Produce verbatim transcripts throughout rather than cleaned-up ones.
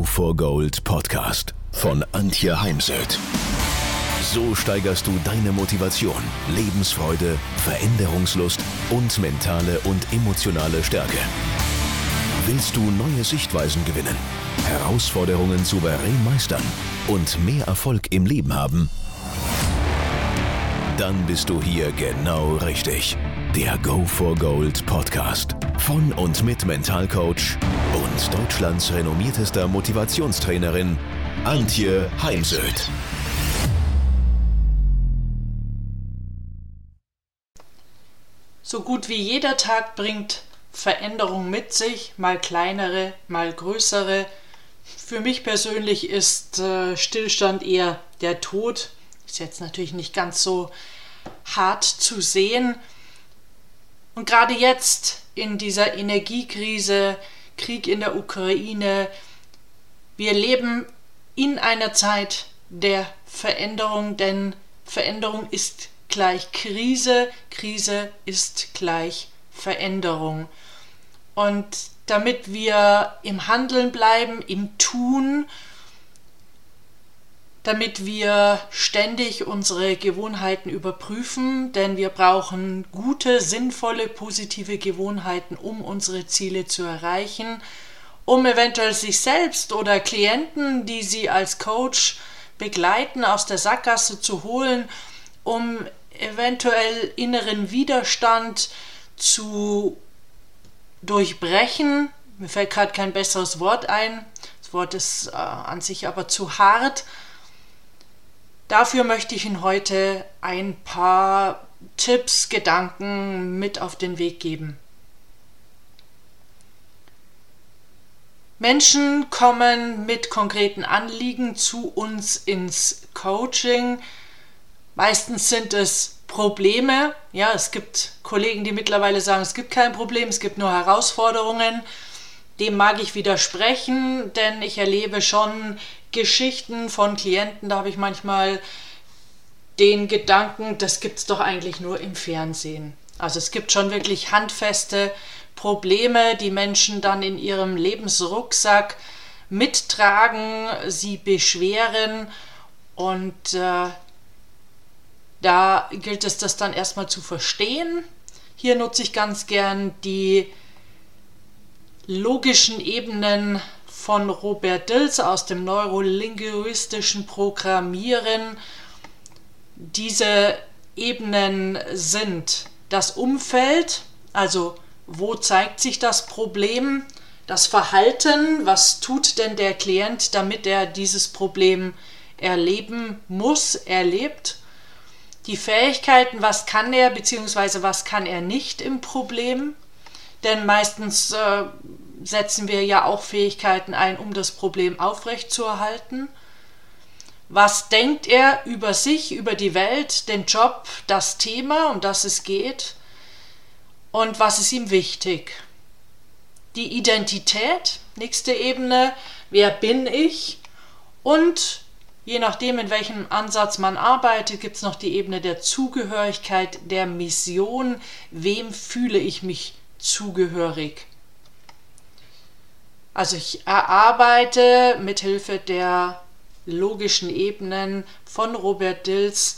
for Gold Podcast von Antje Heimsöth. So steigerst du deine Motivation, Lebensfreude, Veränderungslust und mentale und emotionale Stärke. Willst du neue Sichtweisen gewinnen, Herausforderungen souverän meistern und mehr Erfolg im Leben haben? Dann bist du hier genau richtig. Der Go for Gold Podcast von und mit Mentalcoach und Deutschlands renommiertester Motivationstrainerin Antje Heimsöth. So gut wie jeder Tag bringt Veränderung mit sich, mal kleinere, mal größere. Für mich persönlich ist äh, Stillstand eher der Tod. Ist jetzt natürlich nicht ganz so hart zu sehen. Und gerade jetzt in dieser Energiekrise, Krieg in der Ukraine, wir leben in einer Zeit der Veränderung, denn Veränderung ist gleich Krise, Krise ist gleich Veränderung. Und damit wir im Handeln bleiben, im Tun, damit wir ständig unsere Gewohnheiten überprüfen, denn wir brauchen gute, sinnvolle, positive Gewohnheiten, um unsere Ziele zu erreichen, um eventuell sich selbst oder Klienten, die Sie als Coach begleiten, aus der Sackgasse zu holen, um eventuell inneren Widerstand zu durchbrechen. Mir fällt gerade kein besseres Wort ein. Das Wort ist äh, an sich aber zu hart. Dafür möchte ich Ihnen heute ein paar Tipps, Gedanken mit auf den Weg geben. Menschen kommen mit konkreten Anliegen zu uns ins Coaching. Meistens sind es Probleme. Ja, es gibt Kollegen, die mittlerweile sagen, es gibt kein Problem, es gibt nur Herausforderungen. Dem mag ich widersprechen, denn ich erlebe schon Geschichten von Klienten, da habe ich manchmal den Gedanken, das gibt es doch eigentlich nur im Fernsehen. Also es gibt schon wirklich handfeste Probleme, die Menschen dann in ihrem Lebensrucksack mittragen, sie beschweren und äh, da gilt es, das dann erstmal zu verstehen. Hier nutze ich ganz gern die logischen Ebenen von Robert Dilts aus dem neurolinguistischen Programmieren. Diese Ebenen sind das Umfeld, also wo zeigt sich das Problem, das Verhalten, was tut denn der Klient, damit er dieses Problem erleben muss, erlebt, die Fähigkeiten, was kann er bzw. was kann er nicht im Problem, denn meistens äh, setzen wir ja auch Fähigkeiten ein, um das Problem aufrechtzuerhalten. Was denkt er über sich, über die Welt, den Job, das Thema, um das es geht? Und was ist ihm wichtig? Die Identität, nächste Ebene, wer bin ich? Und je nachdem, in welchem Ansatz man arbeitet, gibt es noch die Ebene der Zugehörigkeit, der Mission. Wem fühle ich mich zugehörig? Also ich erarbeite mithilfe der logischen Ebenen von Robert Dilts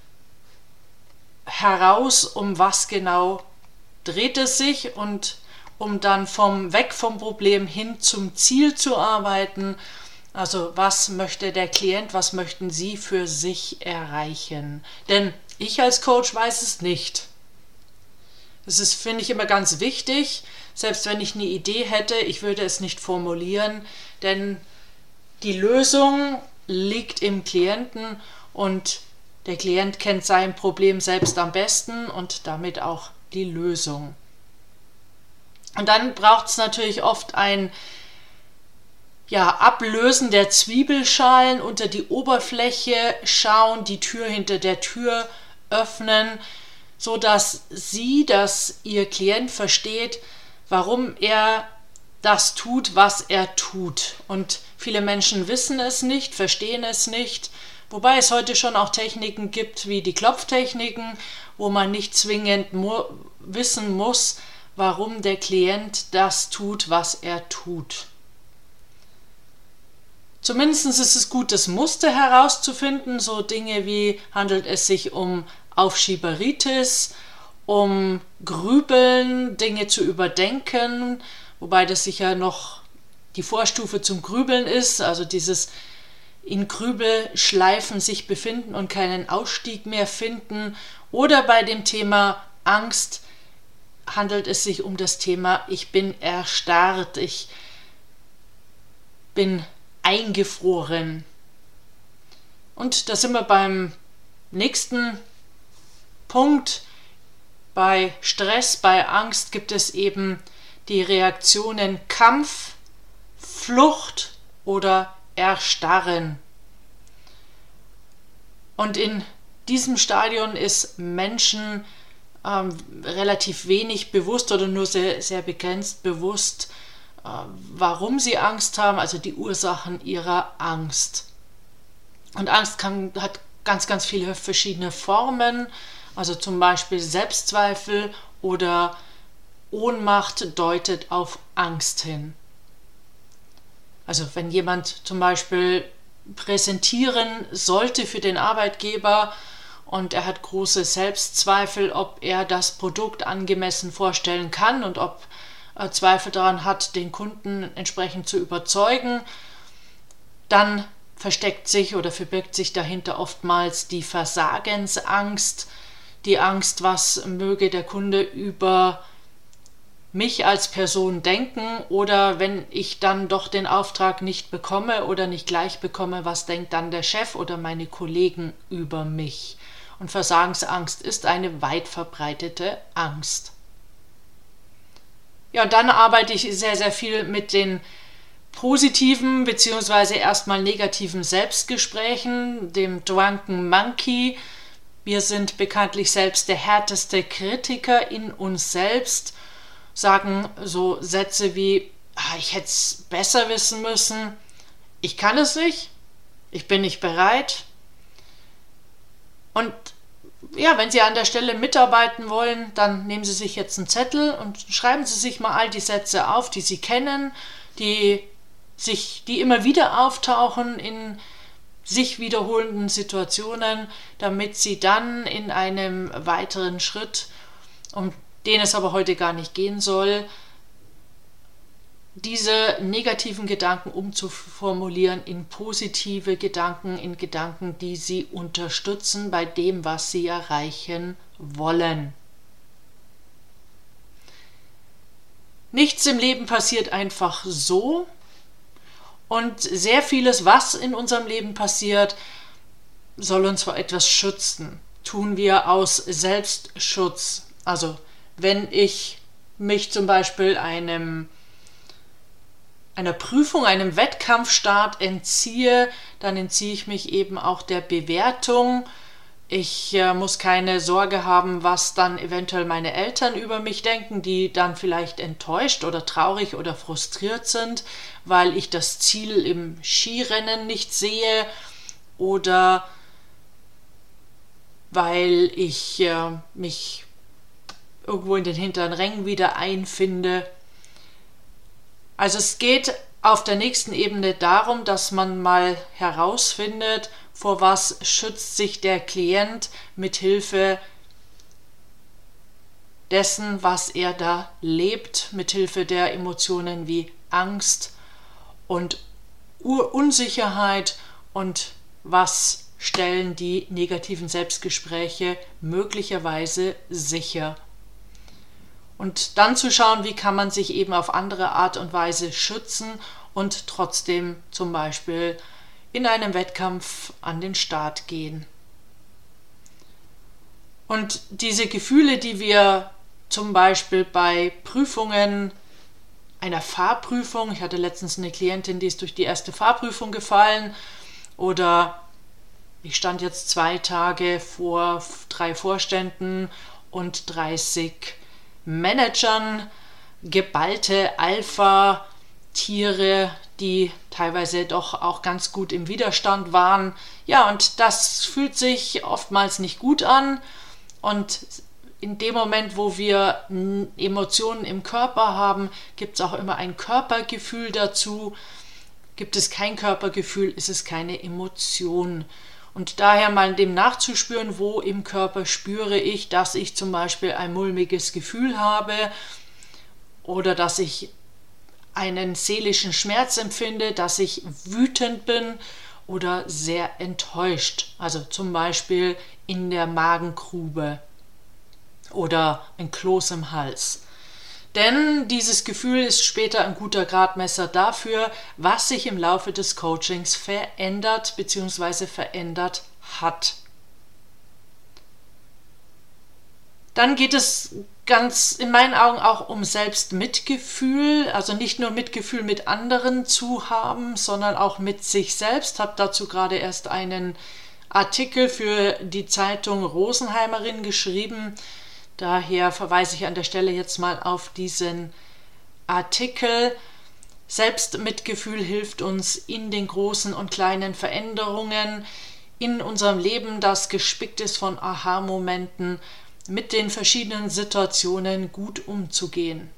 heraus, um was genau dreht es sich und um dann vom weg vom Problem hin zum Ziel zu arbeiten. Also was möchte der Klient, was möchten Sie für sich erreichen? Denn ich als Coach weiß es nicht. Das ist, finde ich, immer ganz wichtig. Selbst wenn ich eine Idee hätte, ich würde es nicht formulieren, denn die Lösung liegt im Klienten und der Klient kennt sein Problem selbst am besten und damit auch die Lösung. Und dann braucht es natürlich oft ein ja, Ablösen der Zwiebelschalen, unter die Oberfläche schauen, die Tür hinter der Tür öffnen, so dass Sie, dass Ihr Klient versteht, warum er das tut, was er tut. Und viele Menschen wissen es nicht, verstehen es nicht, wobei es heute schon auch Techniken gibt, wie die Klopftechniken, wo man nicht zwingend mu- wissen muss, warum der Klient das tut, was er tut. Zumindest ist es gut, das Muster herauszufinden, so Dinge wie handelt es sich um Aufschieberitis, um Grübeln, Dinge zu überdenken, wobei das sicher noch die Vorstufe zum Grübeln ist, also dieses in Grübelschleifen sich befinden und keinen Ausstieg mehr finden. Oder bei dem Thema Angst handelt es sich um das Thema ich bin erstarrt, ich bin eingefroren. Und da sind wir beim nächsten Punkt. Bei Stress, bei Angst gibt es eben die Reaktionen Kampf, Flucht oder Erstarren. Und in diesem Stadion ist Menschen ähm, relativ wenig bewusst oder nur sehr, sehr begrenzt bewusst, äh, warum sie Angst haben, also die Ursachen ihrer Angst. Und Angst kann, hat ganz, ganz viele verschiedene Formen, also zum Beispiel Selbstzweifel oder Ohnmacht deutet auf Angst hin. Also wenn jemand zum Beispiel präsentieren sollte für den Arbeitgeber und er hat große Selbstzweifel, ob er das Produkt angemessen vorstellen kann und ob er Zweifel daran hat, den Kunden entsprechend zu überzeugen, dann versteckt sich oder verbirgt sich dahinter oftmals die Versagensangst, die Angst, was möge der Kunde über mich als Person denken oder wenn ich dann doch den Auftrag nicht bekomme oder nicht gleich bekomme, was denkt dann der Chef oder meine Kollegen über mich? Und Versagensangst ist eine weit verbreitete Angst. Ja, und dann arbeite ich sehr, sehr viel mit den positiven bzw. erstmal negativen Selbstgesprächen, dem Drunken Monkey. Wir sind bekanntlich selbst der härteste Kritiker in uns selbst, sagen so Sätze wie, ah, ich hätte es besser wissen müssen, ich kann es nicht, ich bin nicht bereit. Und ja, wenn Sie an der Stelle mitarbeiten wollen, dann nehmen Sie sich jetzt einen Zettel und schreiben Sie sich mal all die Sätze auf, die Sie kennen, die sich, die immer wieder auftauchen in sich wiederholenden Situationen, damit Sie dann in einem weiteren Schritt, um den es aber heute gar nicht gehen soll, diese negativen Gedanken umzuformulieren in positive Gedanken, in Gedanken, die Sie unterstützen bei dem, was Sie erreichen wollen. Nichts im Leben passiert einfach so und sehr vieles, was in unserem Leben passiert, soll uns vor etwas schützen. Tun wir aus Selbstschutz. Also wenn ich mich zum Beispiel einem, einer Prüfung, einem Wettkampfstart entziehe, dann entziehe ich mich eben auch der Bewertung. Ich äh, muss keine Sorge haben, was dann eventuell meine Eltern über mich denken, die dann vielleicht enttäuscht oder traurig oder frustriert sind, weil ich das Ziel im Skirennen nicht sehe oder weil ich äh, mich irgendwo in den hinteren Rängen wieder einfinde. Also es geht auf der nächsten Ebene darum, dass man mal herausfindet, vor was schützt sich der Klient mit Hilfe dessen, was er da lebt, mit Hilfe der Emotionen wie Angst und Unsicherheit und was stellen die negativen Selbstgespräche möglicherweise sicher. Und dann zu schauen, wie kann man sich eben auf andere Art und Weise schützen und trotzdem zum Beispiel in einem Wettkampf an den Start gehen. Und diese Gefühle, die wir zum Beispiel bei Prüfungen, einer Fahrprüfung, ich hatte letztens eine Klientin, die ist durch die erste Fahrprüfung gefallen, oder ich stand jetzt zwei Tage vor drei Vorständen und dreißig Managern, geballte Alpha-Tiere, die teilweise doch auch ganz gut im Widerstand waren. Ja, und das fühlt sich oftmals nicht gut an. Und in dem Moment, wo wir Emotionen im Körper haben, gibt es auch immer ein Körpergefühl dazu. Gibt es kein Körpergefühl, ist es keine Emotion. Und daher mal dem nachzuspüren, wo im Körper spüre ich, dass ich zum Beispiel ein mulmiges Gefühl habe oder dass ich einen seelischen Schmerz empfinde, dass ich wütend bin oder sehr enttäuscht. Also zum Beispiel in der Magengrube oder ein Kloß im Hals. Denn dieses Gefühl ist später ein guter Gradmesser dafür, was sich im Laufe des Coachings verändert bzw. verändert hat. Dann geht es ganz in meinen Augen auch um Selbstmitgefühl, also nicht nur Mitgefühl mit anderen zu haben, sondern auch mit sich selbst. Ich habe dazu gerade erst einen Artikel für die Zeitung Rosenheimerin geschrieben. Daher verweise ich an der Stelle jetzt mal auf diesen Artikel. Selbstmitgefühl hilft uns in den großen und kleinen Veränderungen in unserem Leben, das gespickt ist von Aha-Momenten, mit den verschiedenen Situationen gut umzugehen.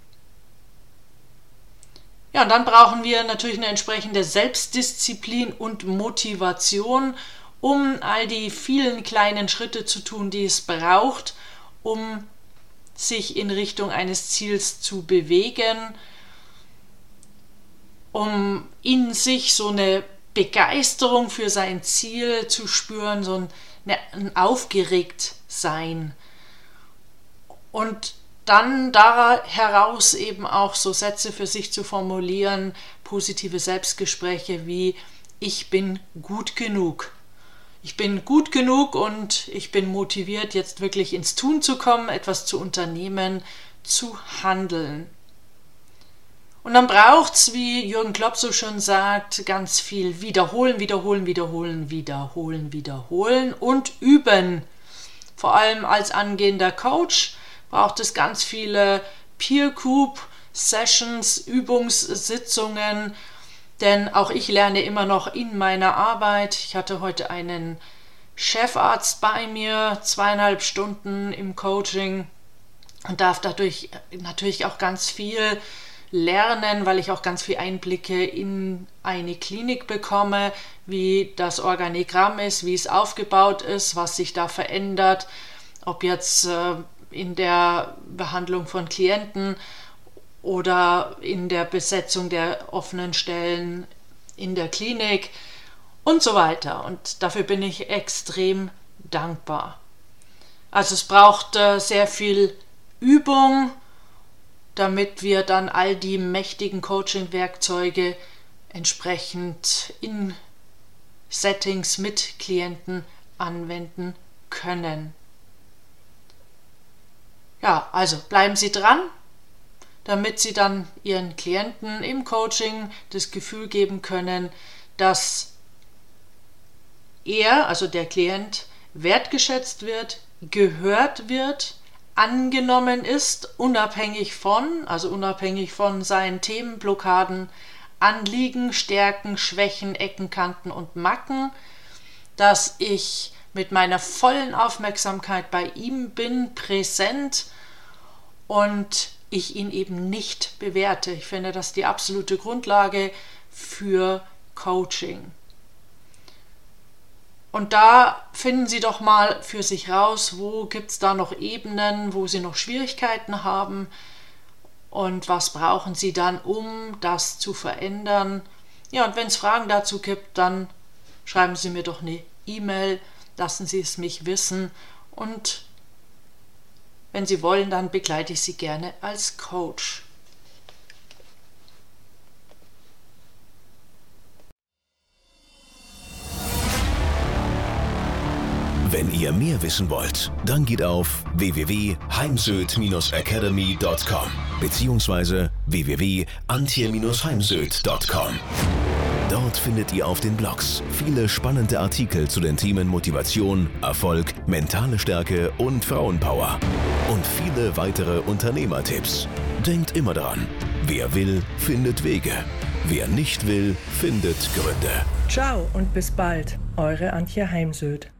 Ja, und dann brauchen wir natürlich eine entsprechende Selbstdisziplin und Motivation, um all die vielen kleinen Schritte zu tun, die es braucht, um sich in Richtung eines Ziels zu bewegen, um in sich so eine Begeisterung für sein Ziel zu spüren, so ein, ein Aufgeregtsein. Und dann da heraus eben auch so Sätze für sich zu formulieren, positive Selbstgespräche wie: Ich bin gut genug. Ich bin gut genug und ich bin motiviert, jetzt wirklich ins Tun zu kommen, etwas zu unternehmen, zu handeln. Und dann braucht es, wie Jürgen Klopp so schön sagt, ganz viel wiederholen, wiederholen, wiederholen, wiederholen, wiederholen und üben. Vor allem als angehender Coach braucht es ganz viele Peer-Group-Sessions, Übungssitzungen, denn auch ich lerne immer noch in meiner Arbeit. Ich hatte heute einen Chefarzt bei mir, zweieinhalb Stunden im Coaching und darf dadurch natürlich auch ganz viel lernen, weil ich auch ganz viel Einblicke in eine Klinik bekomme, wie das Organigramm ist, wie es aufgebaut ist, was sich da verändert, ob jetzt äh, in der Behandlung von Klienten oder in der Besetzung der offenen Stellen in der Klinik und so weiter. Und dafür bin ich extrem dankbar. Also es braucht äh, sehr viel Übung, damit wir dann all die mächtigen Coaching-Werkzeuge entsprechend in Settings mit Klienten anwenden können. Ja, also bleiben Sie dran, damit Sie dann Ihren Klienten im Coaching das Gefühl geben können, dass er, also der Klient, wertgeschätzt wird, gehört wird, angenommen ist, unabhängig von, also unabhängig von seinen Themen, Blockaden, Anliegen, Stärken, Schwächen, Ecken, Kanten und Macken, dass ich mit meiner vollen Aufmerksamkeit bei ihm bin, präsent und ich ihn eben nicht bewerte. Ich finde, das ist die absolute Grundlage für Coaching. Und da finden Sie doch mal für sich raus, wo gibt es da noch Ebenen, wo Sie noch Schwierigkeiten haben und was brauchen Sie dann, um das zu verändern. Ja, und wenn es Fragen dazu gibt, dann schreiben Sie mir doch eine E-Mail, lassen Sie es mich wissen und wenn Sie wollen, dann begleite ich Sie gerne als Coach. Wenn ihr mehr wissen wollt, dann geht auf w w w punkt heimsöd Bindestrich academy punkt com beziehungsweise w w w punkt antje Bindestrich heimsöd punkt com. Dort findet ihr auf den Blogs viele spannende Artikel zu den Themen Motivation, Erfolg, mentale Stärke und Frauenpower. Und viele weitere Unternehmertipps. Denkt immer daran, wer will, findet Wege. Wer nicht will, findet Gründe. Ciao und bis bald, eure Antje Heimsöd.